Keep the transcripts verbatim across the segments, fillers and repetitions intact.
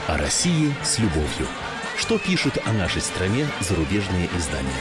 О России с любовью. Что пишут о нашей стране зарубежные издания?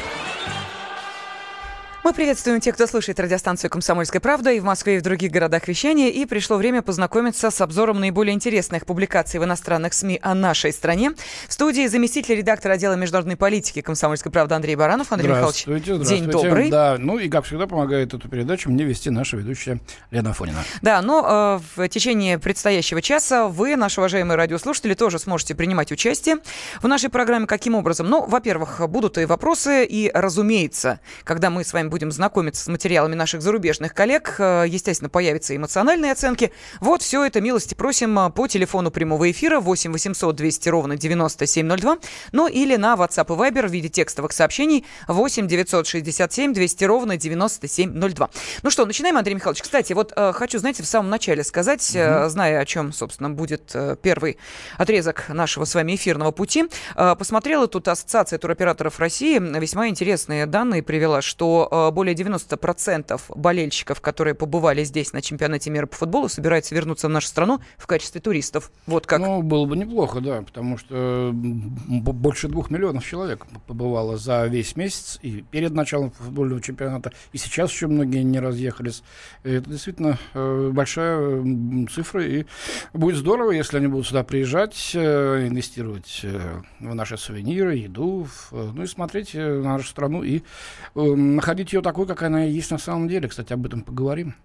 Мы приветствуем тех, кто слушает радиостанцию «Комсомольская правда» и в Москве, и в других городах вещания. И пришло время познакомиться с обзором наиболее интересных публикаций в иностранных СМИ о нашей стране. В студии заместитель редактора отдела международной политики «Комсомольской правды» Андрей Баранов. Андрей Михайлович, день добрый. Да, ну и, как всегда, помогает эту передачу мне вести наша ведущая Лена Афонина. Да, но э, в течение предстоящего часа вы, наши уважаемые радиослушатели, тоже сможете принимать участие в нашей программе. Каким образом? Ну, во-первых, будут и вопросы, и, разумеется, когда мы с вами будем знакомиться с материалами наших зарубежных коллег, естественно, появятся эмоциональные оценки. Вот все это, милости просим, по телефону прямого эфира восемь восемьсот двести ровно девяносто семь ноль два, ну или на WhatsApp и Viber в виде текстовых сообщений восемь девятьсот шестьдесят семь двести ровно девяносто семь ноль два. Ну что, начинаем, Андрей Михайлович. Кстати, вот э, хочу, знаете, в самом начале сказать, mm-hmm. э, зная, о чем, собственно, будет э, первый отрезок нашего с вами эфирного пути, э, посмотрела тут Ассоциация туроператоров России, весьма интересные данные привела, что э, более девяносто процентов болельщиков, которые побывали здесь на чемпионате мира по футболу, собираются вернуться в нашу страну в качестве туристов. Вот как. Ну, было бы неплохо, да, потому что больше двух миллионов человек побывало за весь месяц и перед началом футбольного чемпионата, и сейчас еще многие не разъехались. Это действительно большая цифра, и будет здорово, если они будут сюда приезжать, инвестировать в наши сувениры, еду, ну и смотреть на нашу страну и находить ее такой, какая она есть на самом деле. Кстати, об этом поговорим.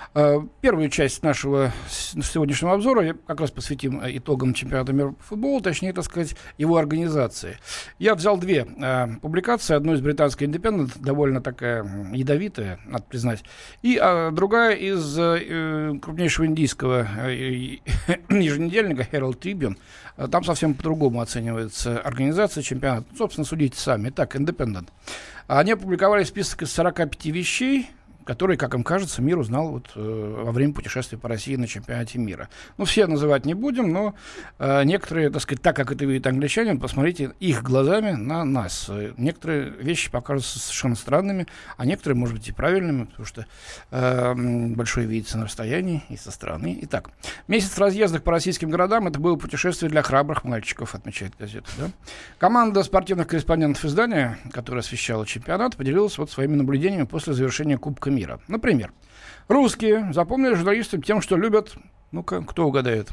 Первую часть нашего сегодняшнего обзора как раз посвятим итогам чемпионата мира по футболу, точнее, так сказать, его организации. Я взял две э, публикации. Одну из британской Independent, довольно такая ядовитая, надо признать, и э, другая из э, крупнейшего индийского э, еженедельника Herald Tribune. Там совсем по-другому оценивается организация чемпионата. Собственно, судите сами. Итак, Independent. Они опубликовали список из сорока пяти вещей, которые, как им кажется, мир узнал вот, э, во время путешествия по России на чемпионате мира. Ну, все называть не будем, но э, некоторые, так сказать, так как это видят англичане, посмотрите их глазами на нас. Некоторые вещи покажутся совершенно странными, а некоторые, может быть, и правильными, потому что э, большое видится на расстоянии и со стороны. Итак, месяц в разъездах по российским городам — это было путешествие для храбрых мальчиков, отмечает газета. Да? Команда спортивных корреспондентов издания, которая освещала чемпионат, поделилась вот своими наблюдениями после завершения Кубка мира. Например, русские запомнили журналистам тем, что любят... Ну-ка, кто угадает?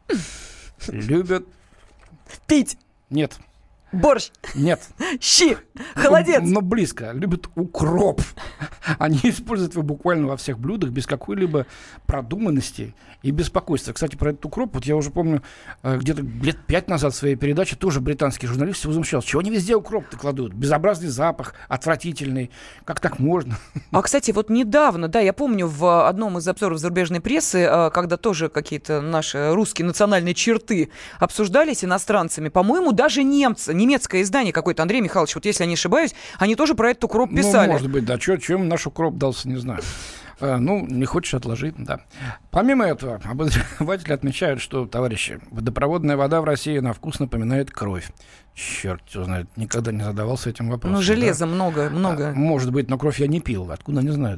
Любят... Пить. Нет. Борщ. Нет. Щи. Холодец. Но, но близко. Любят укроп. Они используют его буквально во всех блюдах без какой-либо продуманности и беспокойства. Кстати, про этот укроп, вот я уже помню, где-то лет пять назад в своей передаче тоже британский журналист возмущался. Чего они везде укроп-то кладут? Безобразный запах, отвратительный. Как так можно? А, кстати, вот недавно, да, я помню в одном из обзоров зарубежной прессы, когда тоже какие-то наши русские национальные черты обсуждались иностранцами, по-моему, даже немцы, немецкое издание какое-то, Андрей Михайлович, вот если я не ошибаюсь, они тоже про этот укроп писали. Ну, может быть, да. Чё, чем наш укроп дался, не знаю. А, ну, не хочешь — отложи, да. Помимо этого, обозреватели отмечают, что, товарищи, водопроводная вода в России на вкус напоминает кровь. Черт его знает, никогда не задавался этим вопросом. Ну, железа да? много, много. А, может быть, но кровь я не пил. Откуда они знают?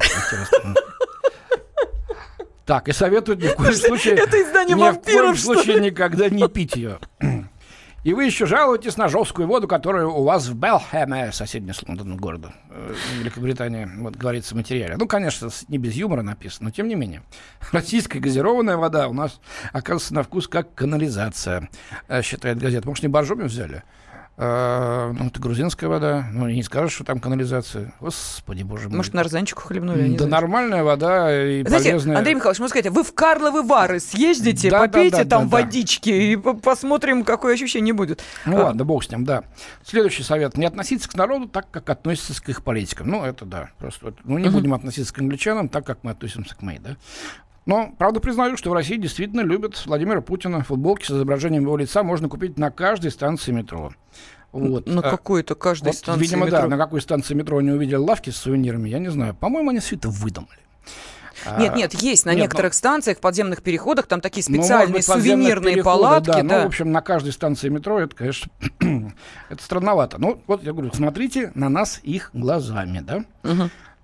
Так, и советуют ни в коем случае... Это издание вампиров, ни в коем случае никогда не пить ее. И вы еще жалуетесь на жесткую воду, которая у вас в Белхэме, соседний с Лондоном города, э, Великобритания, вот говорится в материале. Ну, конечно, не без юмора написано, но тем не менее. Российская газированная вода у нас оказывается на вкус как канализация, э, считает газета. Может, не боржоми взяли? А, ну, это грузинская вода. Ну, не скажешь, что там канализация. Господи, боже мой. Может, нарзанчику хлебнули? Да, нормальная вода и Знаете, полезная. Андрей Михайлович, можно сказать, вы в Карловы Вары съездите, да, попейте да, да, там да, водички да. и посмотрим, какое ощущение будет. Ну а... ладно, бог с ним, да. Следующий совет. Не относиться к народу так, как относятся к их политикам. Ну, это да. Просто, ну, не uh-huh. будем относиться к англичанам так, как мы относимся к Мэй, да. Но, правда, признаю, что в России действительно любят Владимира Путина. Футболки с изображением его лица можно купить на каждой станции метро. Вот. На какой-то каждой вот, станции видимо, метро. да, на какой станции метро не увидели лавки с сувенирами, я не знаю. По-моему, они все это выдумали. Нет, нет, есть на нет, некоторых ну, станциях, в подземных переходах, там такие ну, специальные быть, сувенирные палатки. Да, да. Ну, в общем, на каждой станции метро это, конечно, это странновато. Ну, вот я говорю, смотрите на нас их глазами, да. Угу.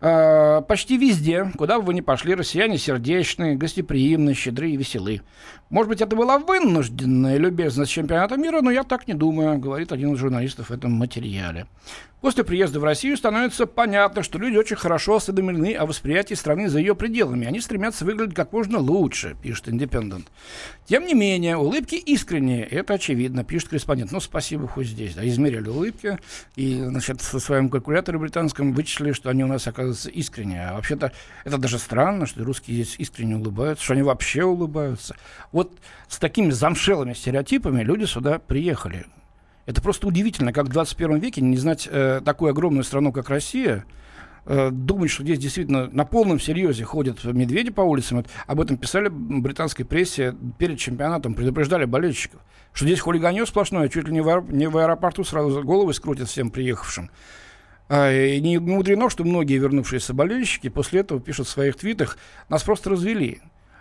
Почти везде, куда бы вы ни пошли, россияне сердечные, гостеприимные, щедрые и веселы. Может быть, это была вынужденная любезность чемпионата мира, но я так не думаю, говорит один из журналистов в этом материале. После приезда в Россию становится понятно, что люди очень хорошо осведомлены о восприятии страны за ее пределами. Они стремятся выглядеть как можно лучше, пишет Independent. Тем не менее, улыбки искренние, это очевидно, пишет корреспондент. Ну, спасибо, хоть здесь. Да, измерили улыбки и, значит, со своим калькулятором британским вычислили, что они у нас, оказывается, искренние. А вообще-то это даже странно, что русские здесь искренне улыбаются, что они вообще улыбаются. Вот с такими замшелыми стереотипами люди сюда приехали. Это просто удивительно, как в двадцать первом веке не знать э, такую огромную страну, как Россия, э, думать, что здесь действительно на полном серьезе ходят медведи по улицам. Вот об этом писали в британской прессе перед чемпионатом, предупреждали болельщиков, что здесь хулиганье сплошное, чуть ли не в, аэроп- не в аэропорту сразу головы скрутят всем приехавшим. А, и не мудрено, что многие вернувшиеся болельщики после этого пишут в своих твитах: нас просто развели.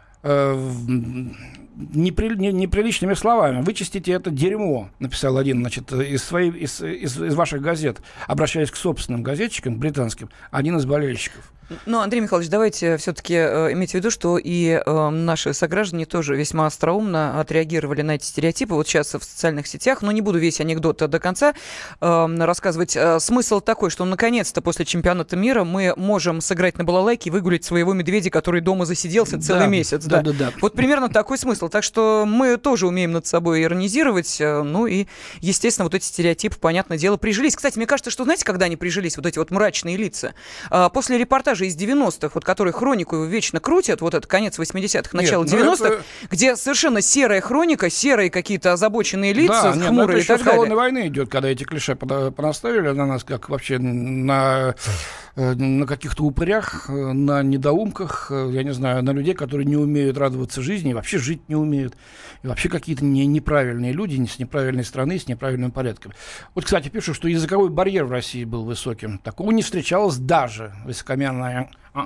Непри, не, неприличными словами. Вычистите это дерьмо, написал один, значит, из, своей, из, из, из ваших газет, обращаясь к собственным газетчикам британским, один из болельщиков. Ну, Андрей Михайлович, давайте все-таки э, иметь в виду, что и э, наши сограждане тоже весьма остроумно отреагировали на эти стереотипы. Вот сейчас в социальных сетях, но не буду весь анекдот до конца э, рассказывать. Э, смысл такой, что наконец-то после чемпионата мира мы можем сыграть на балалайке и выгулять своего медведя, который дома засиделся целый да, месяц. Да, да. да, да. Вот примерно такой смысл. Так что мы тоже умеем над собой иронизировать. Э, ну и, естественно, вот эти стереотипы, понятное дело, прижились. Кстати, мне кажется, что знаете, когда они прижились, вот эти вот мрачные лица? Э, после репортажа из девяностых, вот которые хронику вечно крутят, вот это конец восьмидесятых, начало девяностых, это... где совершенно серая хроника, серые какие-то озабоченные лица, да, хмурые нет, и так далее. Это еще с холодной войны идет, когда эти клише понаставили на нас, как вообще на, на каких-то упырях, на недоумках, я не знаю, на людей, которые не умеют радоваться жизни, и вообще жить не умеют, и вообще какие-то не, неправильные люди, с неправильной страны, с неправильным порядком. Вот, кстати, пишут, что языковой барьер в России был высоким. Такого не встречалось даже высокомерная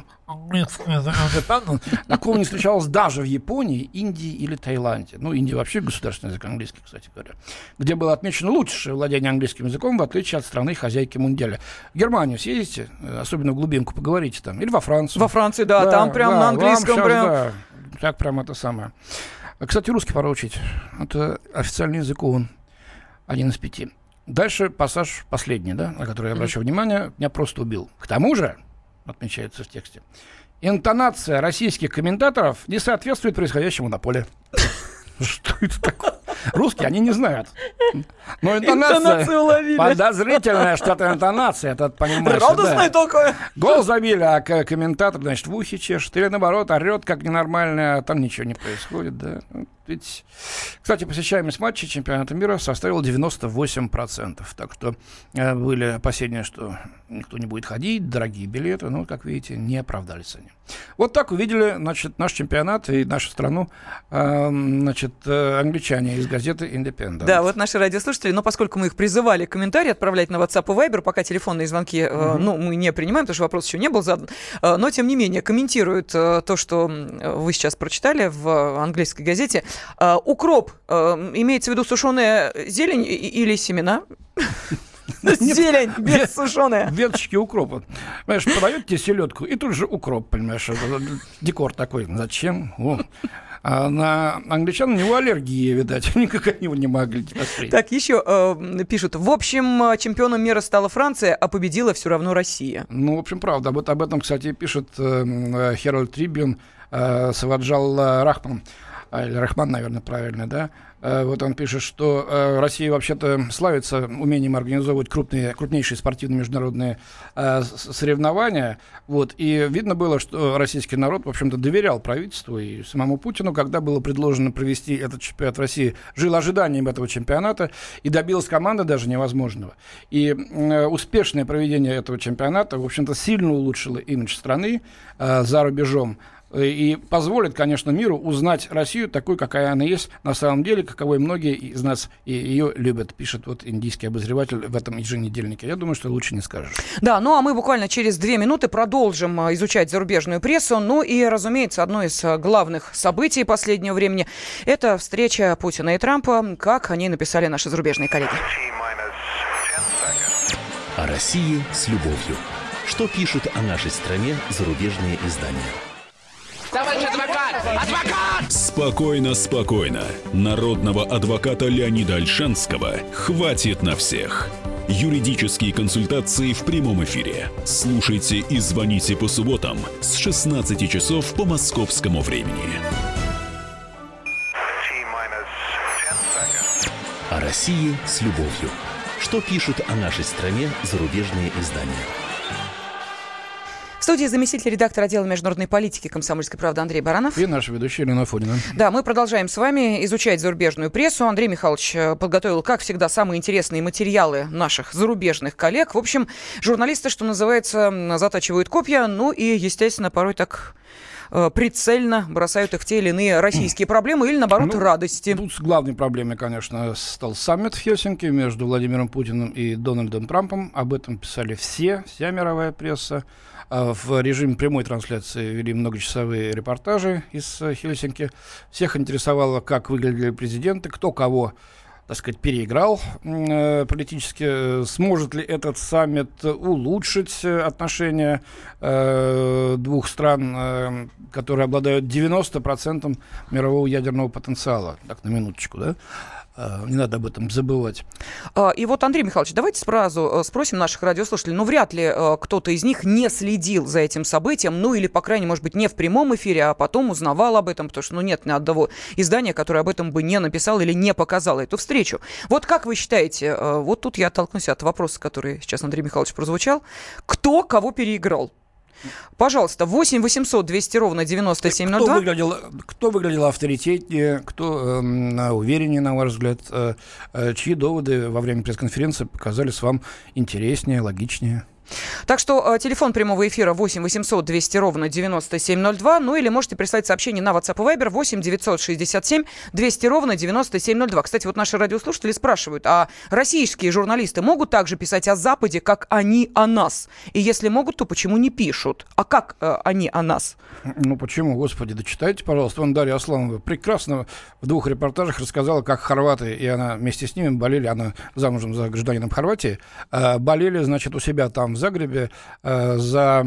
Такого не встречалось даже в Японии, Индии или Таиланде. Ну, Индия вообще государственный язык английский, кстати говоря. Где было отмечено лучшее владение английским языком, в отличие от страны хозяйки Мундиаля. В Германию съездите, особенно в глубинку, поговорите там. Или во Францию. Во Франции, да, да там прям да, на английском. Сейчас, прям... да, так прям это самое. Кстати, русский пора учить. Это официальный язык ООН. Один из пяти. Дальше пассаж последний, да, на который я обращаю mm-hmm. внимание, меня просто убил. К тому же, отмечается в тексте, интонация российских комментаторов не соответствует происходящему на поле. Что это такое? Русские, они не знают. Но интонация подозрительная, что это интонация, это понимаешь. Радостная такое. Гол забили, а комментатор, значит, в ухе чешет. Или наоборот, орет как ненормально, а там ничего не происходит, да. Ведь, кстати, посещаемость матчей чемпионата мира составила девяносто восемь процентов. Так что э, были опасения, что никто не будет ходить, дорогие билеты, но, как видите, не оправдались они. Вот так увидели, значит, наш чемпионат и нашу страну, э, значит, э, англичане из газеты Independent. Да, вот наши радиослушатели, но поскольку мы их призывали комментарии отправлять на WhatsApp и Viber, пока телефонные звонки, э, uh-huh. ну, мы не принимаем, потому что вопрос еще не был задан, э, но, тем не менее, комментируют э, то, что вы сейчас прочитали в английской газете. Uh, укроп, uh, имеется в виду сушеная зелень или семена? Зелень без сушеная. Веточки укропа. Понимаешь, подают тебе селедку, и тут же укроп, понимаешь. Декор такой. Зачем? О. А на англичан у него аллергия, видать. Никак они его не могли посмотреть. Так, еще э, пишут. В общем, чемпионом мира стала Франция, а победила все равно Россия. Ну, в общем, правда. Вот об этом, кстати, пишет э, Herald Tribune э, Саваджал Рахман. Или Рахман, наверное, правильно, да? Вот он пишет, что Россия вообще-то славится умением организовывать крупные, крупнейшие спортивные международные соревнования. Вот. И видно было, что российский народ, в общем-то, доверял правительству и самому Путину, когда было предложено провести этот чемпионат в России, жил ожиданием этого чемпионата и добилась команда даже невозможного. И успешное проведение этого чемпионата, в общем-то, сильно улучшило имидж страны за рубежом. И позволит, конечно, миру узнать Россию такой, какая она есть на самом деле, каковой многие из нас и ее любят, пишет вот индийский обозреватель в этом еженедельнике. Я думаю, что лучше не скажешь. Да, ну а мы буквально через две минуты продолжим изучать зарубежную прессу. Ну и, разумеется, одно из главных событий последнего времени – это встреча Путина и Трампа, как они написали наши зарубежные коллеги. О России с любовью. Что пишут о нашей стране зарубежные издания? Товарищ адвокат! Адвокат! Спокойно, спокойно. Народного адвоката Леонида Ольшанского хватит на всех. Юридические консультации в прямом эфире. Слушайте и звоните по субботам с шестнадцати часов по московскому времени. О России с любовью. Что пишут о нашей стране зарубежные издания? В студии заместитель редактора отдела международной политики «Комсомольской правды» Андрей Баранов. И наша ведущая Елена Афонина. Да, мы продолжаем с вами изучать зарубежную прессу. Андрей Михайлович подготовил, как всегда, самые интересные материалы наших зарубежных коллег. В общем, журналисты, что называется, затачивают копья, ну и, естественно, порой так прицельно бросают их в те или иные российские проблемы или, наоборот, ну, радости. Тут главной проблемой, конечно, стал саммит в Хельсинки между Владимиром Путиным и Дональдом Трампом. Об этом писали все, вся мировая пресса. В режиме прямой трансляции вели многочасовые репортажи из Хельсинки. Всех интересовало, как выглядели президенты, кто кого, так сказать, переиграл э, политически. Сможет ли этот саммит улучшить отношения э, двух стран, э, которые обладают девяносто процентов мирового ядерного потенциала? Так, на минуточку, да? Не надо об этом забывать. И вот, Андрей Михайлович, давайте сразу спросим наших радиослушателей. Ну, вряд ли кто-то из них не следил за этим событием, ну, или, по крайней мере, может быть, не в прямом эфире, а потом узнавал об этом, потому что, ну, нет ни одного издания, которое об этом бы не написало или не показало эту встречу. Вот как вы считаете, вот тут я оттолкнусь от вопроса, который сейчас Андрей Михайлович прозвучал, кто кого переиграл? Пожалуйста, восемь восемьсот двести ровно девяносто семь ноль два. Кто выглядел, кто выглядел авторитетнее, кто э, увереннее, на ваш взгляд, э, э, чьи доводы во время пресс-конференции показались вам интереснее, логичнее? Так что э, телефон прямого эфира восемь восемьсот двести ровно девяносто семь ноль два, ну или можете прислать сообщение на WhatsApp и Viber восемь девятьсот шестьдесят семь двести ровно девяносто семь ноль два. Кстати, вот наши радиослушатели спрашивают, а российские журналисты могут также писать о Западе, как они о нас? И если могут, то почему не пишут? А как э, они о нас? Ну почему, господи, дочитайте, пожалуйста. Вон Дарья Асланова прекрасно в двух репортажах рассказала, как хорваты, и она вместе с ними болели, она замужем за гражданином Хорватии, э, болели, значит, у себя там в Загребе э, за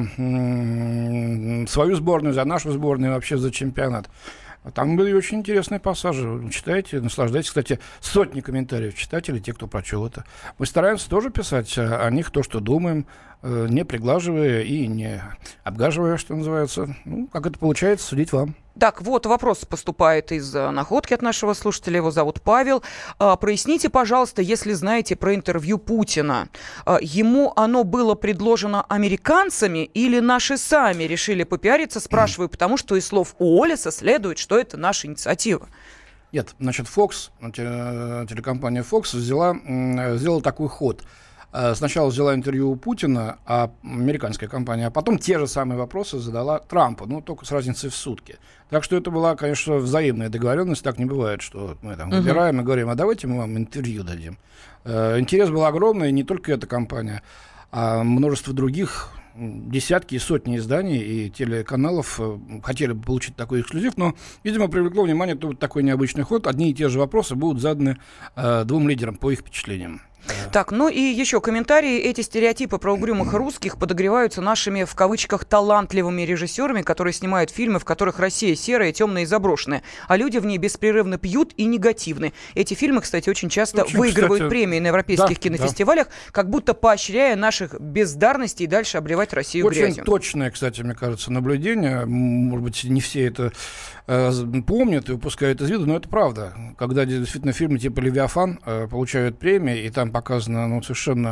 м- свою сборную, за нашу сборную и вообще за чемпионат. Там были очень интересные пассажи. Читайте, наслаждайтесь. Кстати, сотни комментариев читателей, те, кто прочел это. Мы стараемся тоже писать о, о них то, что думаем, э, не приглаживая и не обгаживая, что называется. Ну, как это получается, судить вам. Так, вот вопрос поступает из Находки от нашего слушателя. Его зовут Павел. А, проясните, пожалуйста, если знаете про интервью Путина. А, ему оно было предложено американцами или наши сами решили попиариться? Спрашиваю, потому что из слов Уоллеса следует, что это наша инициатива. Нет, значит, Fox, телекомпания Fox взяла, сделала такой ход. Сначала взяла интервью у Путина, а американская компания, а потом те же самые вопросы задала Трампу, ну, только с разницей в сутки. Так что это была, конечно, взаимная договоренность. Так не бывает, что мы там uh-huh. выбираем и говорим, а давайте мы вам интервью дадим. Интерес был огромный, не только эта компания, а множество других, десятки и сотни изданий и телеканалов хотели бы получить такой эксклюзив, но, видимо, привлекло внимание вот такой необычный ход. Одни и те же вопросы будут заданы э, двум лидерам по их впечатлениям. Так, ну и еще комментарии. Эти стереотипы про угрюмых русских подогреваются нашими, в кавычках, талантливыми режиссерами, которые снимают фильмы, в которых Россия серая, темная и заброшенная, а люди в ней беспрерывно пьют и негативны. Эти фильмы, кстати, очень часто очень, выигрывают кстати, премии на европейских да, кинофестивалях, да. как будто поощряя наших бездарностей и дальше обливать Россию очень грязью. Очень точное, кстати, мне кажется, наблюдение. Может быть, не все это э, помнят и упускают из виду, но это правда. Когда действительно фильмы типа «Левиафан» э, получают премии, и там показана ну, совершенно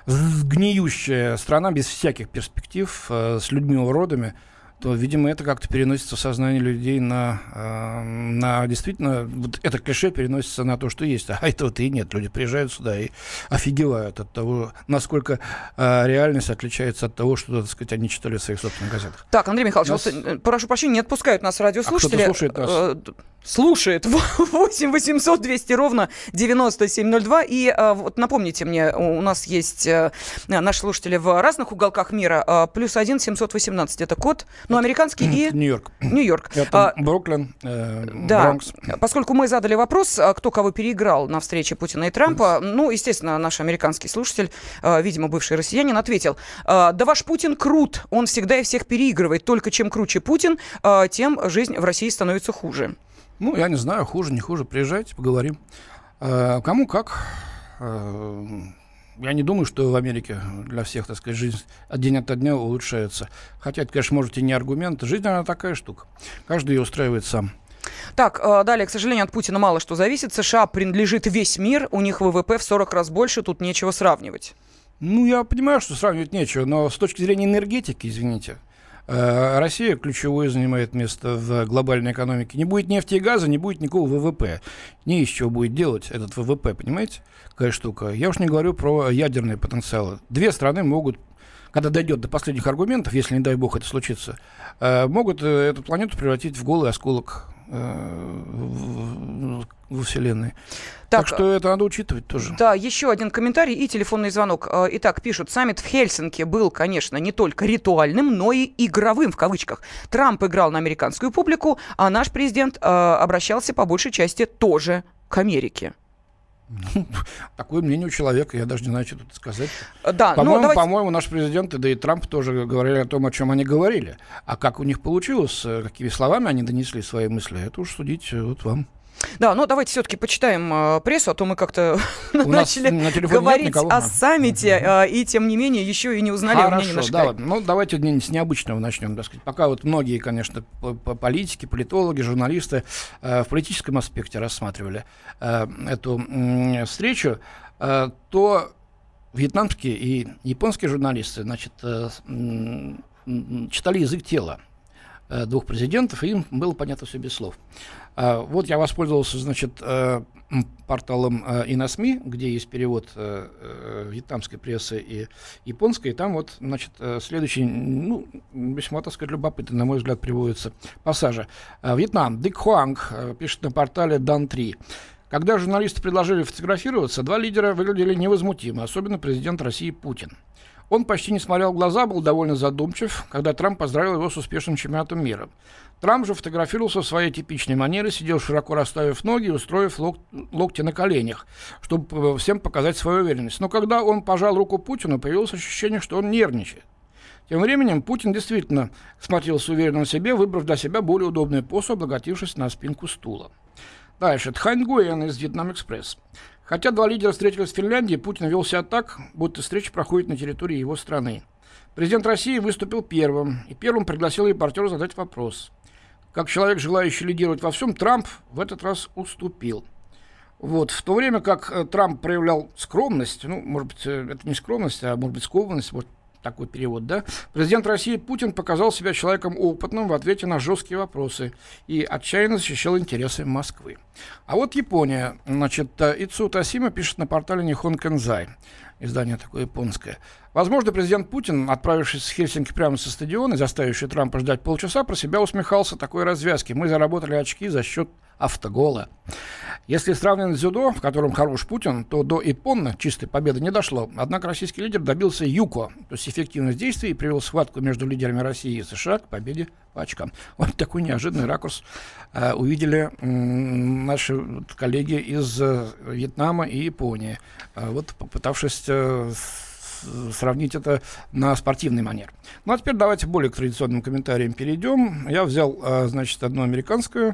гниющая страна без всяких перспектив, э, с людьми-уродами, то, видимо, это как-то переносится в сознание людей на, э, на действительно, вот это клише переносится на то, что есть, а этого-то и нет. Люди приезжают сюда и офигевают от того, насколько э, реальность отличается от того, что, так сказать, они читали в своих собственных газетах. Так, Андрей Михайлович, нас... вот, прошу прощения, не отпускают нас радиослушатели. А кто-то слушает нас? Слушает. восемь восемьсот двести ровно девяносто семь ноль два. И а, вот напомните мне, у нас есть а, наши слушатели в разных уголках мира. А, плюс один семьсот восемнадцать это код. Ну, американский и... Нью-Йорк. Нью-Йорк. Это А, Бруклин, э, да, Бронкс. поскольку мы задали вопрос, а, кто кого переиграл на встрече Путина и Трампа, ну, естественно, наш американский слушатель, а, видимо, бывший россиянин, ответил: а, да ваш Путин крут, он всегда и всех переигрывает, только чем круче Путин, а, тем жизнь в России становится хуже. Ну, я не знаю, хуже, не хуже, приезжайте, поговорим. А, кому как. А, я не думаю, что в Америке для всех, так сказать, жизнь день ото дня улучшается. Хотя это, конечно, может и не аргумент. Жизнь, она такая штука. Каждый ее устраивает сам. Так, далее, к сожалению, от Путина мало что зависит. США принадлежит весь мир, у них ВВП в сорок раз больше, тут нечего сравнивать. Ну, я понимаю, что сравнивать нечего, но с точки зрения энергетики, извините, Россия ключевое занимает место в глобальной экономике. Не будет нефти и газа, не будет никакого ВВП. Не из чего будет делать этот ВВП, понимаете? Какая штука. Я уж не говорю про ядерные потенциалы. Две страны могут, когда дойдет до последних аргументов, если, не дай бог, это случится, могут эту планету превратить в голый осколок во Вселенной. Так, так что это надо учитывать тоже. Да, еще один комментарий и телефонный звонок. Итак, пишут: саммит в Хельсинки был, конечно, не только ритуальным, но и игровым, в кавычках. Трамп играл на американскую публику, а наш президент э, обращался по большей части тоже к Америке. Ну, такое мнение у человека, я даже не знаю, что тут сказать. Да, по-моему, давайте... по-моему, наш президент, да и Трамп тоже говорили о том, о чем они говорили. А как у них получилось, какими словами они донесли свои мысли, это уж судить вот вам. Да, ну давайте все-таки почитаем э, прессу, а то мы как-то начали на говорить о саммите, э, и тем не менее еще и не узнали о мнении наших коллег. Да, ну давайте с необычного начнем, так сказать. Пока вот многие, конечно, политики, политологи, журналисты э, в политическом аспекте рассматривали э, эту э, встречу, э, то вьетнамские и японские журналисты, значит, э, э, читали язык тела двух президентов, и им было понятно все без слов. А, вот я воспользовался, значит, э, порталом э, Иносми, где есть перевод э, э, вьетнамской прессы и японской, и там вот, значит, э, следующий, ну, весьма, так сказать, любопытный, на мой взгляд, приводятся пассажи. Э, Вьетнам. Дик Хуанг э, пишет на портале Дан три. Когда журналисты предложили фотографироваться, два лидера выглядели невозмутимо, особенно президент России Путин. Он почти не смотрел в глаза, был довольно задумчив, когда Трамп поздравил его с успешным чемпионатом мира. Трамп же фотографировался в своей типичной манере, сидел широко расставив ноги и устроив лок- локти на коленях, чтобы всем показать свою уверенность. Но когда он пожал руку Путину, появилось ощущение, что он нервничает. Тем временем Путин действительно смотрелся уверенно в себе, выбрав для себя более удобную позу, облокотившись на спинку стула. Дальше. Тхань Гуэн из Вьетнам Экспресс. Хотя два лидера встретились в Финляндии, Путин вел себя так, будто встреча проходит на территории его страны. Президент России выступил первым, и первым пригласил репортера задать вопрос. Как человек, желающий лидировать во всем, Трамп в этот раз уступил. Вот. В то время как э, Трамп проявлял скромность, ну, может быть, э, это не скромность, а может быть, скованность, вот такой перевод, да, президент России Путин показал себя человеком опытным в ответе на жесткие вопросы и отчаянно защищал интересы Москвы. А вот Япония. Значит, Ицу Тасима пишет на портале Нихон Кэнзай, издание такое японское. Возможно, президент Путин, отправившись в Хельсинки прямо со стадиона и заставивший Трампа ждать полчаса, про себя усмехался такой развязки. Мы заработали очки за счет автогола. Если сравнивать с дзюдо, в котором хорош Путин, то до иппона чистой победы не дошло. Однако российский лидер добился юко, то есть эффективность действий, и привел схватку между лидерами России и США к победе по очкам. Вот такой неожиданный ракурс э, увидели э, наши вот, коллеги из э, Вьетнама и Японии, э, вот попытавшись э, сравнить это на спортивный манер. Ну а теперь давайте более к традиционным комментариям перейдем. Я взял, э, значит, одну американскую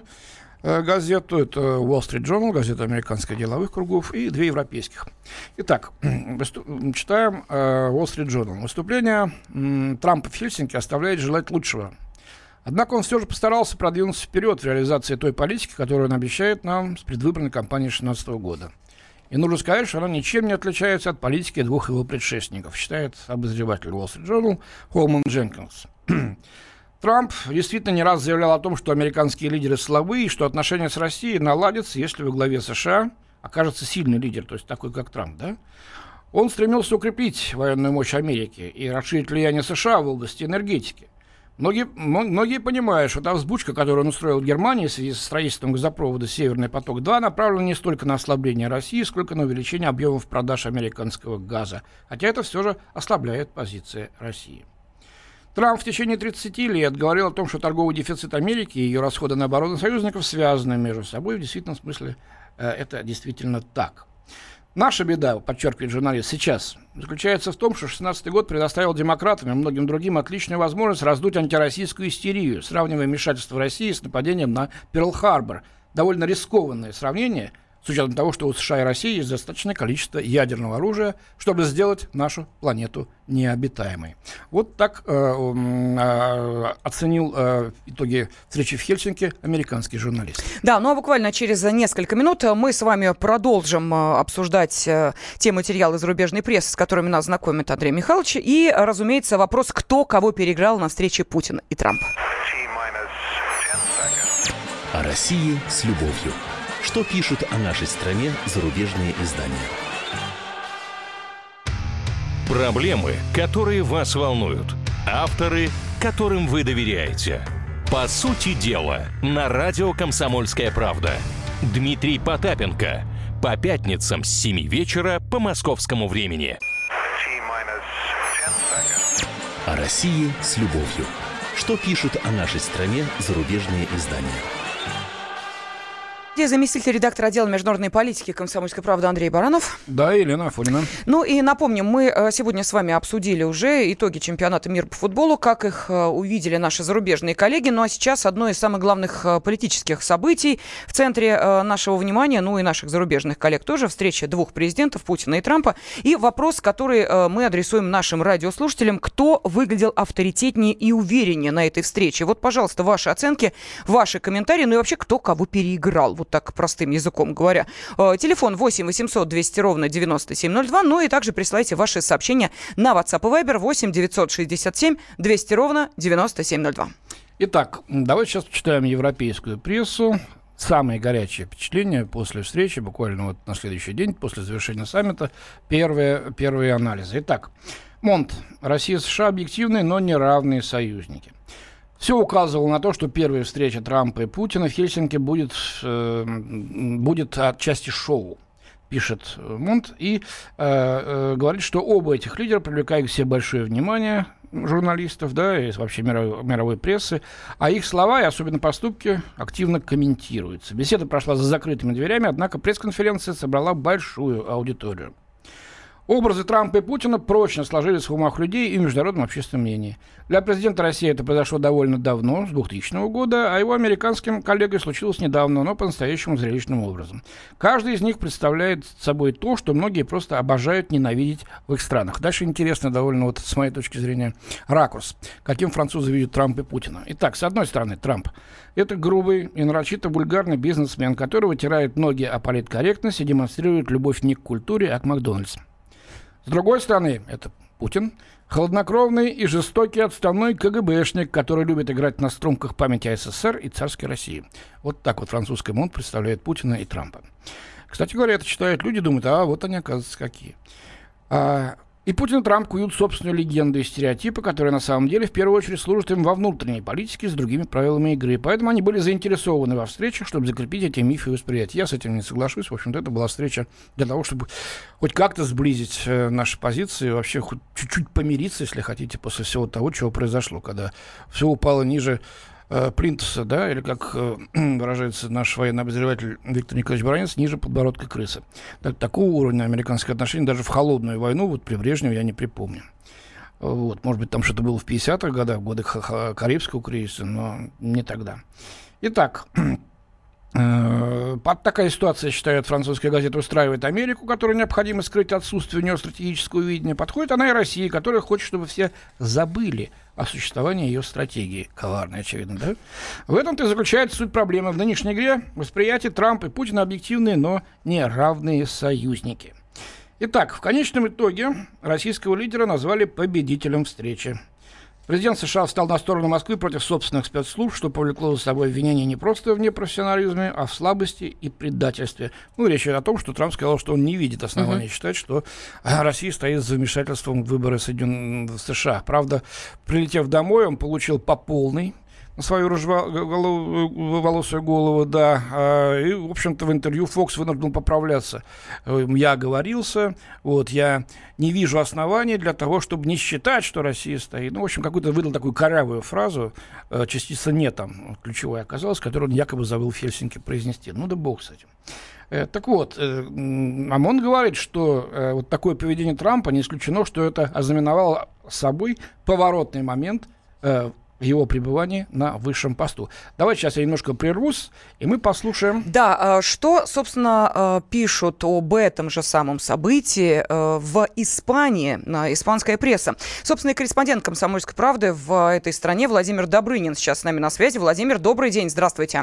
газету, это Wall Street Journal, газета американских деловых кругов, и две европейских. Итак, выступ... читаем uh, Wall Street Journal. Выступление м, Трампа в Хельсинки оставляет желать лучшего. Однако он все же постарался продвинуться вперед в реализации той политики, которую он обещает нам с предвыборной кампании две тысячи шестнадцатого года. И нужно сказать, что она ничем не отличается от политики двух его предшественников, считает обозреватель Wall Street Journal Холман Дженкинс. Трамп действительно не раз заявлял о том, что американские лидеры слабы и что отношения с Россией наладятся, если во главе США окажется сильный лидер, то есть такой, как Трамп, да? Он стремился укрепить военную мощь Америки и расширить влияние США в области энергетики. Многие, многие понимают, что та взбучка, которую он устроил в Германии в связи со строительством газопровода «Северный поток-два», направлена не столько на ослабление России, сколько на увеличение объемов продаж американского газа. Хотя это все же ослабляет позиции России. Трамп в течение тридцати лет говорил о том, что торговый дефицит Америки и ее расходы на оборону союзников связаны между собой. В действительном смысле э, это действительно так. Наша беда, подчеркивает журналист, сейчас заключается в том, что шестнадцатый год предоставил демократам и многим другим отличную возможность раздуть антироссийскую истерию, сравнивая вмешательство России с нападением на Перл-Харбор. Довольно рискованное сравнение, с учетом того, что у США и России есть достаточное количество ядерного оружия, чтобы сделать нашу планету необитаемой. Вот так э, э, оценил э, итоги встречи в Хельсинки американский журналист. Да, ну а буквально через несколько минут мы с вами продолжим э, обсуждать э, те материалы зарубежной прессы, с которыми нас знакомит Андрей Михайлович. И, разумеется, вопрос, кто кого переиграл на встрече Путина и Трампа. О России с любовью. Что пишут о нашей стране зарубежные издания? Проблемы, которые вас волнуют. Авторы, которым вы доверяете. По сути дела, на радио «Комсомольская правда». Дмитрий Потапенко. По пятницам с семи вечера по московскому времени. О России с любовью. Что пишут о нашей стране зарубежные издания? Заместитель редактора отдела международной политики «Комсомольской правды» Андрей Баранов. Да, Елена Афонина. Ну и напомним, мы сегодня с вами обсудили уже итоги чемпионата мира по футболу, как их увидели наши зарубежные коллеги. Ну а сейчас одно из самых главных политических событий в центре нашего внимания, ну и наших зарубежных коллег тоже, встреча двух президентов, Путина и Трампа. И вопрос, который мы адресуем нашим радиослушателям: кто выглядел авторитетнее и увереннее на этой встрече? Вот, пожалуйста, ваши оценки, ваши комментарии, ну и вообще, кто кого переиграл. Вот так простым языком говоря. Телефон восемь восемьсот двести ровно девяносто семь ноль два. Ну и также присылайте ваши сообщения на WhatsApp и Viber восемь девятьсот шестьдесят семь двести ровно девяносто семь ноль два. Итак, давайте сейчас почитаем европейскую прессу. Самые горячие впечатления после встречи, буквально вот на следующий день, после завершения саммита, первые, первые анализы. Итак, Монт. Россия и США объективные, но неравные союзники. Все указывало на то, что первая встреча Трампа и Путина в Хельсинки будет, э, будет отчасти шоу, пишет Монт, и э, э, говорит, что оба этих лидера привлекают к себе большое внимание журналистов, да, и вообще мировой, мировой прессы, а их слова и особенно поступки активно комментируются. Беседа прошла за закрытыми дверями, однако пресс-конференция собрала большую аудиторию. Образы Трампа и Путина прочно сложились в умах людей и в международном общественном мнении. Для президента России это произошло довольно давно, с двухтысячного года, а его американским коллегой случилось недавно, но по-настоящему зрелищным образом. Каждый из них представляет собой то, что многие просто обожают ненавидеть в их странах. Дальше интересно довольно, вот с моей точки зрения, ракурс, каким французы видят Трампа и Путина. Итак, с одной стороны, Трамп – это грубый и нарочито вульгарный бизнесмен, который вытирает ноги о политкорректность и демонстрирует любовь не к культуре, а к Макдональдс. С другой стороны, это Путин, хладнокровный и жестокий отставной КГБшник, который любит играть на струмках памяти СССР и царской России. Вот так вот французский Монт представляет Путина и Трампа. Кстати говоря, это читают люди, думают, а вот они, оказывается, какие. А, и Путин и Трамп куют собственную легенду и стереотипы, которые на самом деле в первую очередь служат им во внутренней политике с другими правилами игры. Поэтому они были заинтересованы во встречах, чтобы закрепить эти мифы и восприятия. Я с этим не соглашусь. В общем-то, это была встреча для того, чтобы хоть как-то сблизить э, наши позиции, вообще хоть чуть-чуть помириться, если хотите, после всего того, чего произошло, когда все упало ниже э, плинтуса, да, или, как э, выражается наш военный обозреватель Виктор Николаевич Баранец, ниже подбородка крысы. Так, такого уровня американских отношений даже в холодную войну, вот при Брежневе, я не припомню. Вот, может быть, там что-то было в пятидесятых годах, в годы Карибского кризиса, но не тогда. Итак, под такая ситуация, считает французская газета, устраивает Америку, которую необходимо скрыть отсутствие у нее стратегического видения. Подходит она и России, которая хочет, чтобы все забыли о существовании ее стратегии. Коварная, очевидно, да? В этом-то и заключается суть проблемы. В нынешней игре восприятие Трампа и Путина объективные, но не равные союзники. Итак, в конечном итоге российского лидера назвали победителем встречи. Президент США встал на сторону Москвы против собственных спецслужб, что повлекло за собой обвинение не просто в непрофессионализме, а в слабости и предательстве. Ну, речь идет о том, что Трамп сказал, что он не видит оснований uh-huh. считать, что Россия стоит за вмешательством в выборы Соединенных США. Правда, прилетев домой, он получил по полной. на свою рыжеволосую голову, да. И, в общем-то, в интервью Фокс вынужден поправляться. Я оговорился, вот, я не вижу оснований для того, чтобы не считать, что Россия стоит. Ну, в общем, какую-то выдал такую корявую фразу, частица «не» там ключевая оказалась, которую он якобы забыл в Хельсинки произнести. Ну, да бог с этим. Так вот, ОМОН говорит, что вот такое поведение Трампа не исключено, что это ознаменовало собой поворотный момент в его пребывании на высшем посту. Давайте сейчас я немножко прервусь, и мы послушаем. Да, что, собственно, пишут об этом же самом событии в Испании, испанская пресса. Собственно, корреспондент «Комсомольской правды» в этой стране Владимир Добрынин сейчас с нами на связи. Владимир, добрый день, здравствуйте.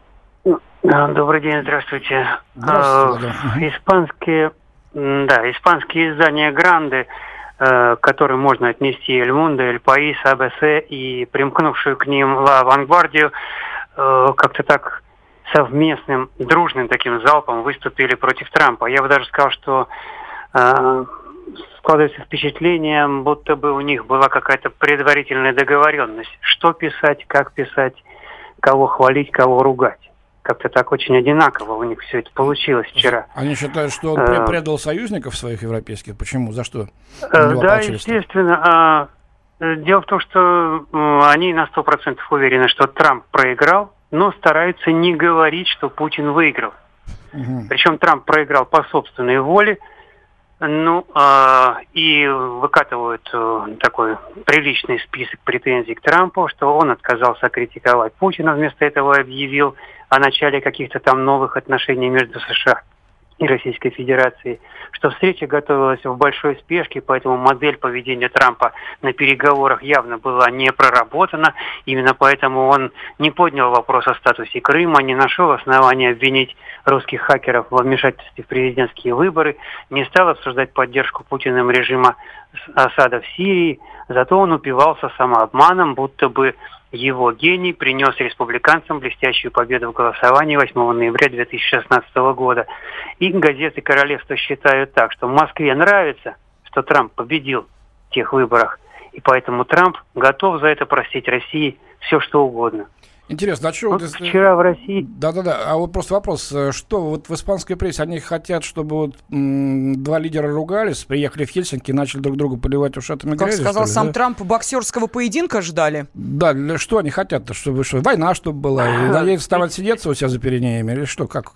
Добрый день, здравствуйте. Здравствуйте. Испанские, да, испанские издания «Гранде», которые можно отнести «Эль Мундо», «Эль Паис», «А Бэ Эс и примкнувшую к ним «Ла Вангвардию», как-то так совместным, дружным таким залпом выступили против Трампа. Я бы даже сказал, что складывается впечатление, будто бы у них была какая-то предварительная договоренность, что писать, как писать, кого хвалить, кого ругать. Как-то так очень одинаково у них все это получилось вчера. Они считают, что он э, предал союзников своих европейских. Почему? За что? Э, да, естественно. Э, дело в том, что э, они на сто процентов уверены, что Трамп проиграл, но стараются не говорить, что Путин выиграл. Угу. Причем Трамп проиграл по собственной воле. Ну, э, и выкатывают э, такой приличный список претензий к Трампу, что он отказался критиковать Путина, вместо этого объявил о начале каких-то там новых отношений между США и Российской Федерацией, что встреча готовилась в большой спешке, поэтому модель поведения Трампа на переговорах явно была не проработана, именно поэтому он не поднял вопрос о статусе Крыма, не нашел основания обвинить русских хакеров во вмешательстве в президентские выборы, не стал обсуждать поддержку Путиным режима Асада в Сирии, зато он упивался самообманом, будто бы его гений принес республиканцам блестящую победу в голосовании восьмого ноября две тысячи шестнадцатого года. И газеты королевства считают так, что Москве нравится, что Трамп победил в тех выборах, и поэтому Трамп готов за это простить России все, что угодно. Интересно, а что... Вот вот, вчера в России... Да-да-да, а вот просто вопрос, что вот в испанской прессе они хотят, чтобы вот м- два лидера ругались, приехали в Хельсинки и начали друг друга поливать ушатами как грязью? Как сказал ли, сам да? Трамп, боксерского поединка ждали? Да, для, что они хотят-то? Чтобы что, война чтобы была? И надеются вставать сидеться у себя за Пиренеями? Или что, как?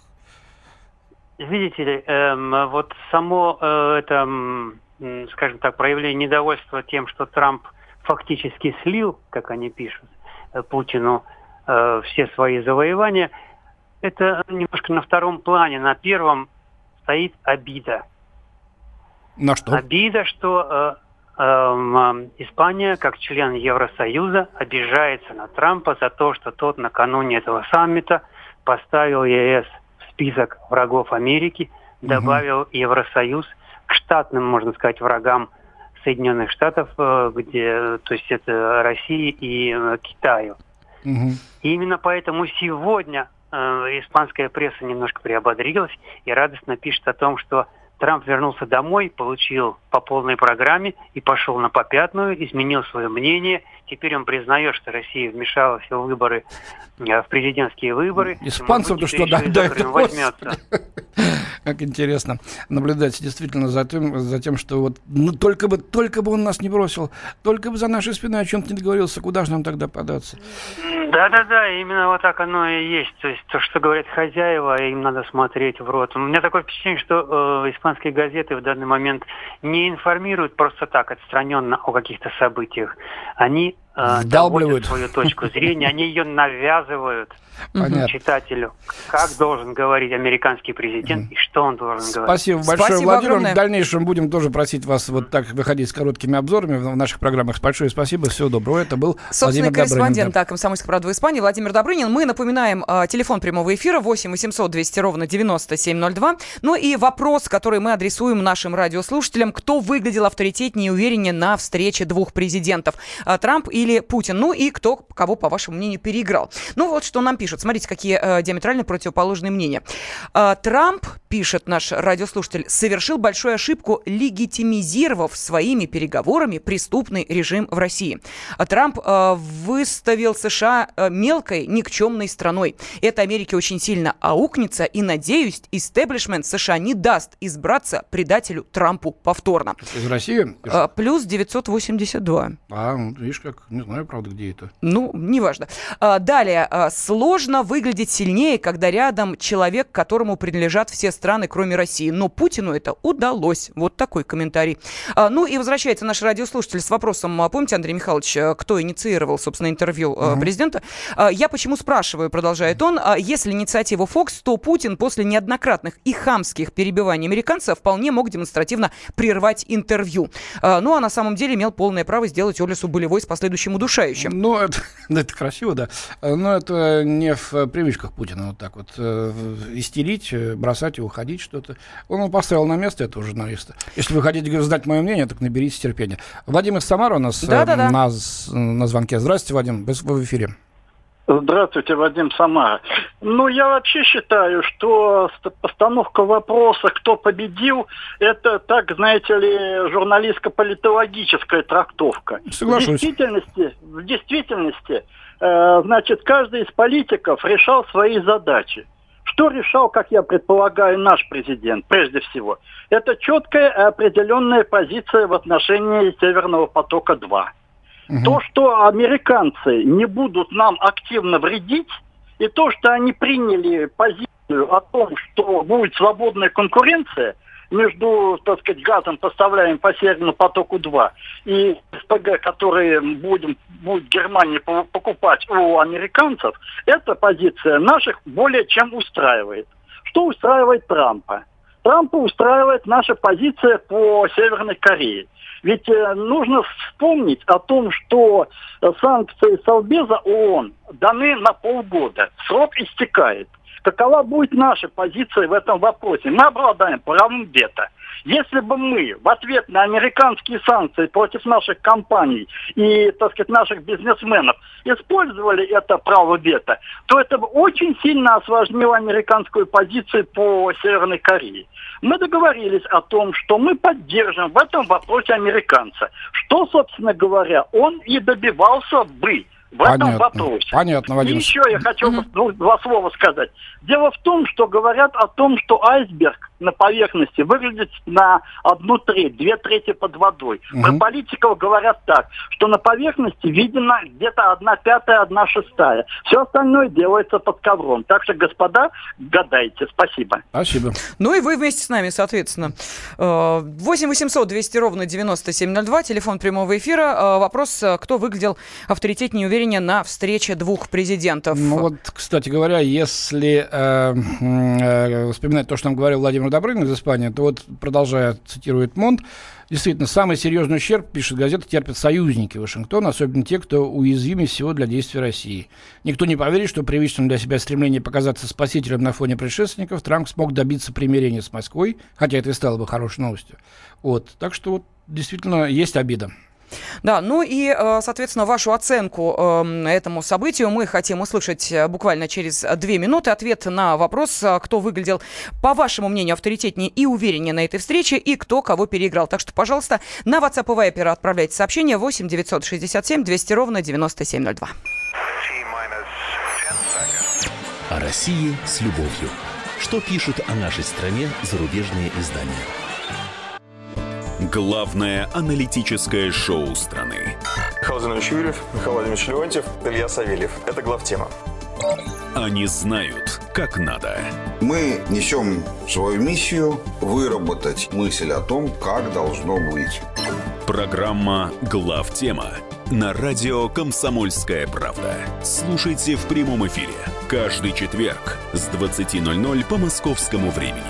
Видите ли, эм, вот само э, это, эм, скажем так, проявление недовольства тем, что Трамп фактически слил, как они пишут, э, Путину все свои завоевания, это немножко на втором плане. На первом стоит обида. На что? Обида, что э, э, Испания, как член Евросоюза, обижается на Трампа за то, что тот накануне этого саммита поставил Е Эс в список врагов Америки, добавил угу. Евросоюз к штатным, можно сказать, врагам Соединенных Штатов, э, где, то есть это России и э, Китаю. Угу. И именно поэтому сегодня э, испанская пресса немножко приободрилась и радостно пишет о том, что Трамп вернулся домой, получил по полной программе и пошел на попятную, изменил свое мнение. Теперь он признает, что Россия вмешалась в выборы, в президентские выборы. Испанцев-то что, да, да, это возьмется. Как интересно наблюдать действительно за тем, за тем, что вот ну, только бы, только бы он нас не бросил, только бы за нашей спиной о чем-то не договорился, куда же нам тогда податься? Да-да-да, именно вот так оно и есть. То есть то, что говорят хозяева, им надо смотреть в рот. У меня такое впечатление, что э, испанские газеты в данный момент не информируют просто так, отстраненно о каких-то событиях. Они э, доводят свою точку зрения, они ее навязывают. Понятно. Читателю, как должен говорить американский президент и что он должен Спасибо говорить. Спасибо большое, Спасибо Владимир. огромное. В дальнейшем будем тоже просить вас вот так выходить с короткими обзорами в наших программах. Большое спасибо, всего доброго. Это был собственный Владимир корреспондент Добрынин. «Комсомольской правды» в Испании Владимир Добрынин. Мы напоминаем э, телефон прямого эфира восемь восемьсот двести ровно девяносто семь ноль два. Ну и вопрос, который мы адресуем нашим радиослушателям: кто выглядел авторитетнее и увереннее на встрече двух президентов, Трамп или или Путин? Ну и кто, кого, по вашему мнению, переиграл? Ну вот что нам пишут. Смотрите, какие э, диаметрально противоположные мнения. Э, Трамп, пишет наш радиослушатель, совершил большую ошибку, легитимизировав своими переговорами преступный режим в России. А Трамп э, выставил США э, мелкой, никчемной страной. Это Америке очень сильно аукнется, и, надеюсь, истеблишмент США не даст избраться предателю Трампу повторно. Из России? Э, плюс девятьсот восемьдесят два. А, ну, видишь, как, не знаю, правда, где это. Ну, неважно. А, далее. А, сложно выглядеть сильнее, когда рядом человек, которому принадлежат все страны, кроме России. Но Путину это удалось. Вот такой комментарий. А, ну и возвращается наш радиослушатель с вопросом, помните, Андрей Михайлович, кто инициировал, собственно, интервью uh-huh. президента? А, я почему спрашиваю, продолжает он, а, если инициатива Fox, то Путин после неоднократных и хамских перебиваний американцев вполне мог демонстративно прервать интервью. А, ну, а на самом деле имел полное право сделать Олесу болевой с последующим удушающим. Ну, это, это красиво, да. Но это не в привычках Путина вот так вот э, истерить, бросать и уходить что-то. Он его поставил на место этого журналиста. Если вы хотите знать мое мнение, так наберитесь терпения. Вадим из Самары у нас да, э, да, да. На, на звонке. Здравствуйте, Вадим, вы в эфире. Здравствуйте, Вадим, Самара. Ну, я вообще считаю, что постановка вопроса, кто победил, это, так, знаете ли, журналистско-политологическая трактовка. Соглашусь. В действительности, в действительности э, значит, каждый из политиков решал свои задачи. Что решал, как я предполагаю, наш президент, прежде всего? Это четкая и определенная позиция в отношении Северного потока-два. Угу. То, что американцы не будут нам активно вредить, и то, что они приняли позицию о том, что будет свободная конкуренция между, так сказать, газом, поставляемым по Северному потоку-два, и СПГ, которые будем, будет Германия покупать у американцев, эта позиция наших более чем устраивает. Что устраивает Трампа? Трампа устраивает наша позиция по Северной Корее. Ведь э, нужно вспомнить о том, что санкции Совбеза ООН даны на полгода. Срок истекает. Какова будет наша позиция в этом вопросе? Мы обладаем правом вето. Если бы мы в ответ на американские санкции против наших компаний и, так сказать, наших бизнесменов использовали это право вето, то это бы очень сильно осложнило американскую позицию по Северной Корее. Мы договорились о том, что мы поддержим в этом вопросе американца. Что, собственно говоря, он и добивался бы в этом Понятно. вопросе. Понятно, Вадим. И еще я хочу mm-hmm. два слова сказать. Дело в том, что говорят о том, что айсберг на поверхности выглядит на одну треть, две трети под водой. Mm-hmm. Про политиков говорят так, что на поверхности видно где-то одна пятая, одна шестая. Все остальное делается под ковром. Так что, господа, гадайте. Спасибо. Спасибо. Ну и вы вместе с нами, соответственно. восемь восемьсот двести ровно девяносто семь ноль два, телефон прямого эфира. Вопрос, кто выглядел авторитетнее и увереннее на встрече двух президентов. Ну вот, кстати говоря, если э, э, вспоминать то, что нам говорил Владимир Добрынин из Испании, то вот, продолжая, цитирует Монт, действительно, самый серьезный ущерб, пишет газета, терпят союзники Вашингтона, особенно те, кто уязвимее всего для действий России. Никто не поверит, что привычным для себя стремление показаться спасителем на фоне предшественников Трамп смог добиться примирения с Москвой, хотя это и стало бы хорошей новостью. Вот. Так что вот, действительно есть обида. Да, ну и, соответственно, вашу оценку этому событию мы хотим услышать буквально через две минуты. Ответ на вопрос, кто выглядел, по вашему мнению, авторитетнее и увереннее на этой встрече, и кто кого переиграл. Так что, пожалуйста, на WhatsApp и Viber отправляйте сообщение восемь девятьсот шестьдесят семь двести ровно девяносто семь ноль два. О России с любовью. Что пишут о нашей стране зарубежные издания? Главное аналитическое шоу страны. Михаил Владимирович Юрьев, Михаил Владимирович Леонтьев, Илья Савельев. Это главтема. Они знают, как надо. Мы несем свою миссию выработать мысль о том, как должно быть. Программа «Главтема» на радио «Комсомольская правда». Слушайте в прямом эфире каждый четверг с двадцати ноль-ноль по московскому времени.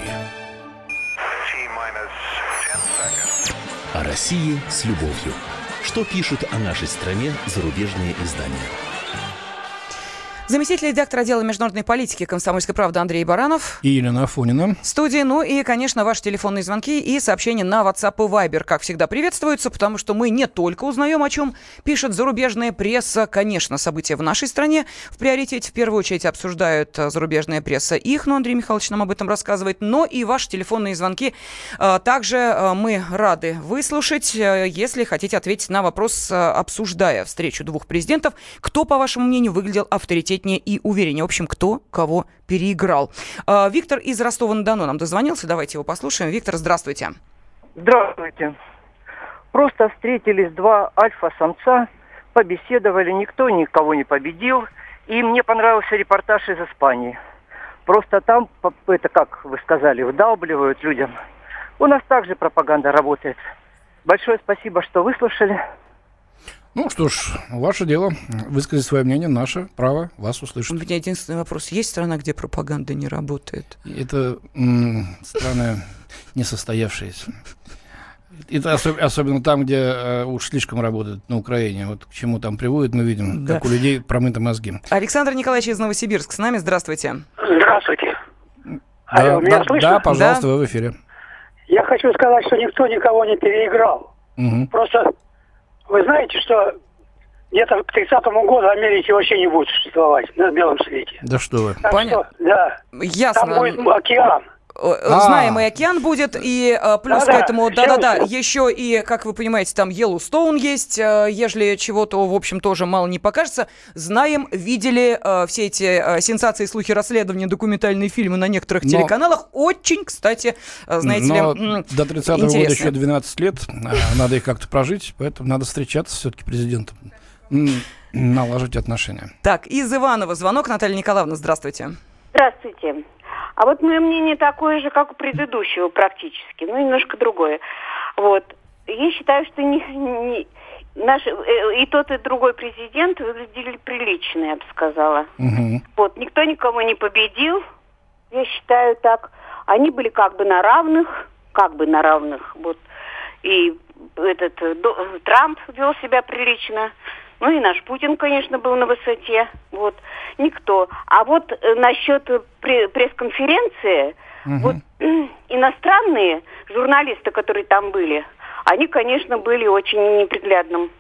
О России с любовью. Что пишут о нашей стране зарубежные издания? Заместитель редактора отдела международной политики «Комсомольской правды» Андрей Баранов. И Елена Афонина. В студии. Ну и, конечно, ваши телефонные звонки и сообщения на WhatsApp и Viber, как всегда, приветствуются, потому что мы не только узнаем, о чем пишет зарубежная пресса. Конечно, события в нашей стране в приоритете. В первую очередь обсуждают зарубежная пресса их, но Андрей Михайлович нам об этом рассказывает. Но и ваши телефонные звонки также мы рады выслушать, если хотите ответить на вопрос, обсуждая встречу двух президентов. Кто, по вашему мнению, выглядел авторитетнее и увереннее? В общем, кто кого переиграл. Виктор из Ростова-на-Дону нам дозвонился. Давайте его послушаем. Виктор, здравствуйте. Здравствуйте. Просто встретились два альфа-самца, побеседовали, никто никого не победил. И мне понравился репортаж из Испании. Просто там, это как вы сказали, вдалбливают людям. У нас также пропаганда работает. Большое спасибо, что выслушали. Ну что ж, ваше дело высказать свое мнение, наше право вас услышать. У меня единственный вопрос. Есть страна, где пропаганда не работает? Это м- страна несостоявшаяся. Это особ- особенно там, где э, уж слишком работает, на Украине. Вот к чему там приводит, мы видим, да. Как у людей промыты мозги. Александр Николаевич из Новосибирска с нами. Здравствуйте. Здравствуйте. Да, Алло, меня да, слышно? да, пожалуйста, да. вы в эфире. Я хочу сказать, что никто никого не переиграл. Угу. Просто вы знаете, что где-то к тридцатому году Америки вообще не будет существовать на белом свете. Да что вы. Так Понятно. что, да. Ясно. Там будет океан. Знаем, и океан будет, и плюс Да-да, к этому, да-да-да, все. еще и, как вы понимаете, там Йеллоустоун есть, ежели чего-то, в общем, тоже мало не покажется. Знаем, видели э, все эти э, сенсации, слухи, расследования, документальные фильмы на некоторых Но... телеканалах. Очень, кстати, знаете Но ли, м- до тридцатого года интересно. еще двенадцать лет, надо их как-то прожить, поэтому надо встречаться все-таки президентом, налаживать отношения. Так, из Иванова звонок. Наталья Николаевна, здравствуйте. Здравствуйте. А вот мое мнение такое же, как у предыдущего практически, но немножко другое. Вот. Я считаю, что не, не, наш, и тот, и другой президент выглядели прилично, я бы сказала. Угу. Вот. Никто никого не победил, я считаю так. Они были как бы на равных, как бы на равных. Вот. И этот Трамп вел себя прилично. Ну и наш Путин, конечно, был на высоте. Вот. Никто. А вот э, насчет пресс-конференции, угу. вот э, иностранные журналисты, которые там были, они, конечно, были очень неприглядным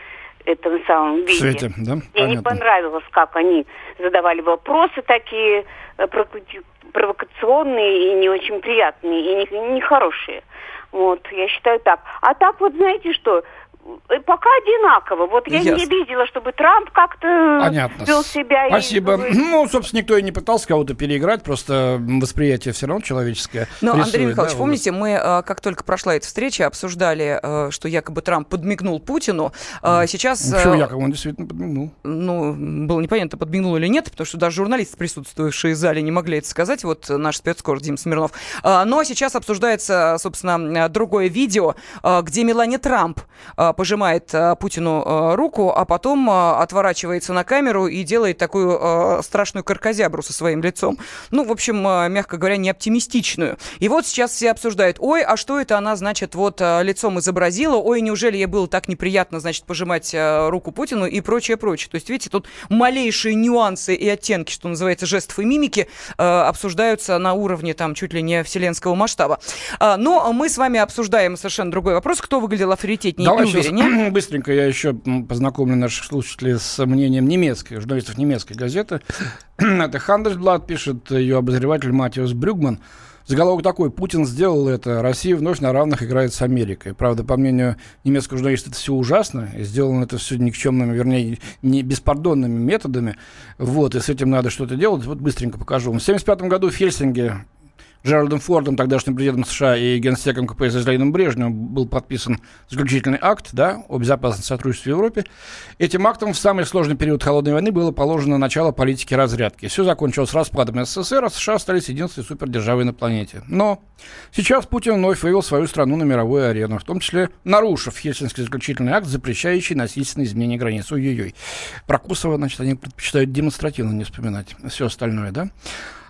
этом самом виде. Свете, да? Мне Понятно. не понравилось, как они задавали вопросы такие э, провокационные и не очень приятные, и нехорошие. Не вот, я считаю так. А так вот, знаете что... Пока одинаково. Вот я Ясно. не видела, чтобы Трамп как-то Понятно. вел себя. Спасибо. И... Ну, собственно, никто и не пытался кого-то переиграть, просто восприятие все равно человеческое. Но, рисует, Андрей Михайлович, да, помните, мы, как только прошла эта встреча, обсуждали, что якобы Трамп подмигнул Путину. Сейчас... Ну, почему якобы? Он действительно подмигнул. Ну, было непонятно, подмигнул или нет, потому что даже журналисты, присутствующие в зале, не могли это сказать. Вот наш спецкор Дима Смирнов. Но сейчас обсуждается, собственно, другое видео, где Мелания Трамп пожимает Путину руку, а потом отворачивается на камеру и делает такую страшную каркозябру со своим лицом. Ну, в общем, мягко говоря, не оптимистичную. И вот сейчас все обсуждают: ой, а что это она, значит, вот лицом изобразила? Ой, неужели ей было так неприятно, значит, пожимать руку Путину и прочее, прочее. То есть, видите, тут малейшие нюансы и оттенки, что называется, жестов и мимики обсуждаются на уровне там чуть ли не вселенского масштаба. Но мы с вами обсуждаем совершенно другой вопрос. Кто выглядел авторитетнее Давай и увереннее? Быстренько я еще познакомлю наших слушателей с мнением немецкой, журналистов немецкой газеты. Это Handelsblatt, пишет ее обозреватель Матиас Брюгман. Заголовок такой: Путин сделал это, Россия вновь на равных играет с Америкой. Правда, по мнению немецкого журналиста, это все ужасно, и сделано это все никчемными, вернее, не беспардонными методами. Вот, и с этим надо что-то делать. Вот быстренько покажу вам. В тысяча девятьсот семьдесят пятом году в Хельсинки Джеральдом Фордом, тогдашним президентом США, и генсеком ка пэ эс Леонидом Брежневым был подписан заключительный акт, да, о безопасности сотрудничества в Европе. Этим актом в самый сложный период Холодной войны было положено начало политики разрядки. Все закончилось распадом эс эс эс эр, а США остались единственной супердержавой на планете. Но сейчас Путин вновь вывел свою страну на мировую арену, в том числе нарушив Хельсинский заключительный акт, запрещающий насильственное изменение границ. Ой-ой-ой. Про Косово, значит, они предпочитают демонстративно не вспоминать. Все остальное, да?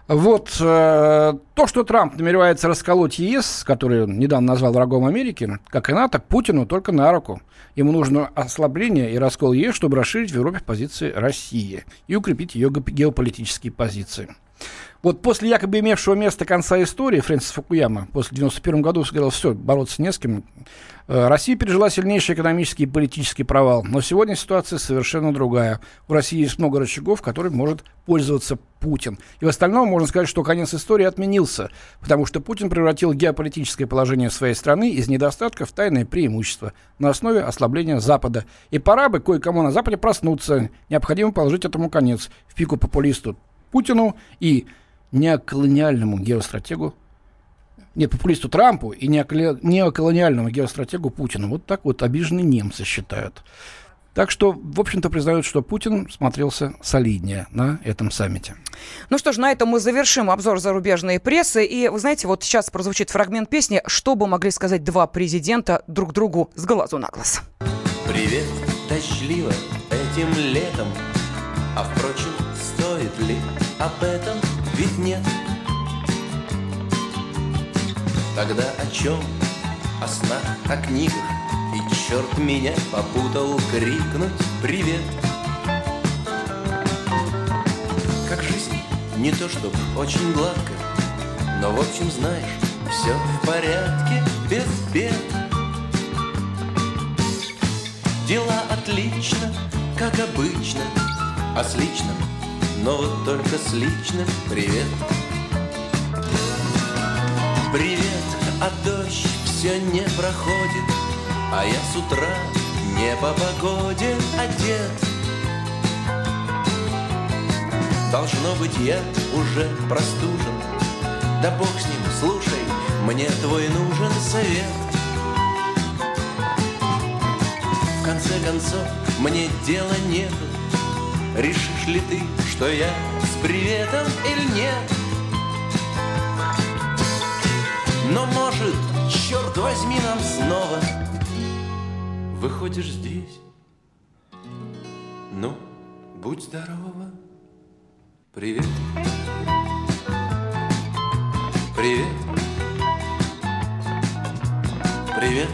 Вот э, то, что Трамп намеревается расколоть ЕС, который он недавно назвал врагом Америки, как и НАТО, Путину только на руку. Ему нужно ослабление и раскол ЕС, чтобы расширить в Европе позиции России и укрепить ее геополитические позиции. Вот после якобы имевшего место конца истории Фрэнсис Фукуяма после девяносто первом году сказал, все, бороться не с кем. Россия пережила сильнейший экономический и политический провал. Но сегодня ситуация совершенно другая. В России есть много рычагов, которыми может пользоваться Путин. И в остальном можно сказать, что конец истории отменился, потому что Путин превратил геополитическое положение своей страны из недостатка в тайное преимущество на основе ослабления Запада. И пора бы кое-кому на Западе проснуться. Необходимо положить этому конец в пику популисту Путину и неоколониальному геостратегу, нет, популисту Трампу и неоколониальному геостратегу Путину. Вот так вот обиженные немцы считают. Так что, в общем-то, признают, что Путин смотрелся солиднее на этом саммите. Ну что ж, на этом мы завершим обзор зарубежной прессы. И, вы знаете, вот сейчас прозвучит фрагмент песни «Что бы могли сказать два президента друг другу с глазу на глаз». Привет, тащливо этим летом, а, впрочем, стоит ли об этом, ведь нет. Тогда о чем? О снах, о книгах. И черт меня попутал крикнуть привет. Как жизнь, не то чтоб очень гладко, но в общем знаешь, все в порядке, без бед. Дела отлично, как обычно, а с личным, но вот только с личным привет. Привет, а дождь все не проходит, а я с утра не по погоде одет. Должно быть, я уже простужен, да бог с ним, слушай, мне твой нужен совет. В конце концов, мне дела нету, решишь ли ты, что я с приветом или нет? Но может, черт возьми, нам снова выходишь здесь. Ну, будь здорова. Привет. Привет. Привет.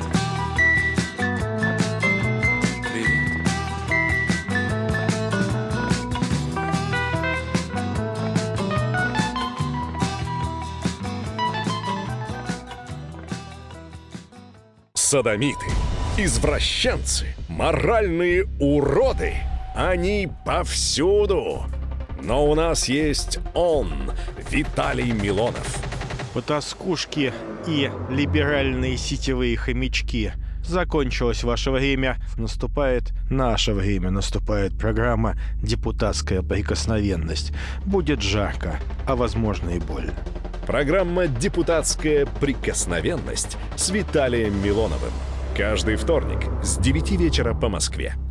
Содомиты, извращенцы, моральные уроды. Они повсюду. Но у нас есть он, Виталий Милонов. Потаскушки и либеральные сетевые хомячки. Закончилось ваше время. Наступает наше время. Наступает программа «Депутатская прикосновенность». Будет жарко, а возможно и больно. Программа «Депутатская прикосновенность» с Виталием Милоновым. Каждый вторник с девяти вечера по Москве.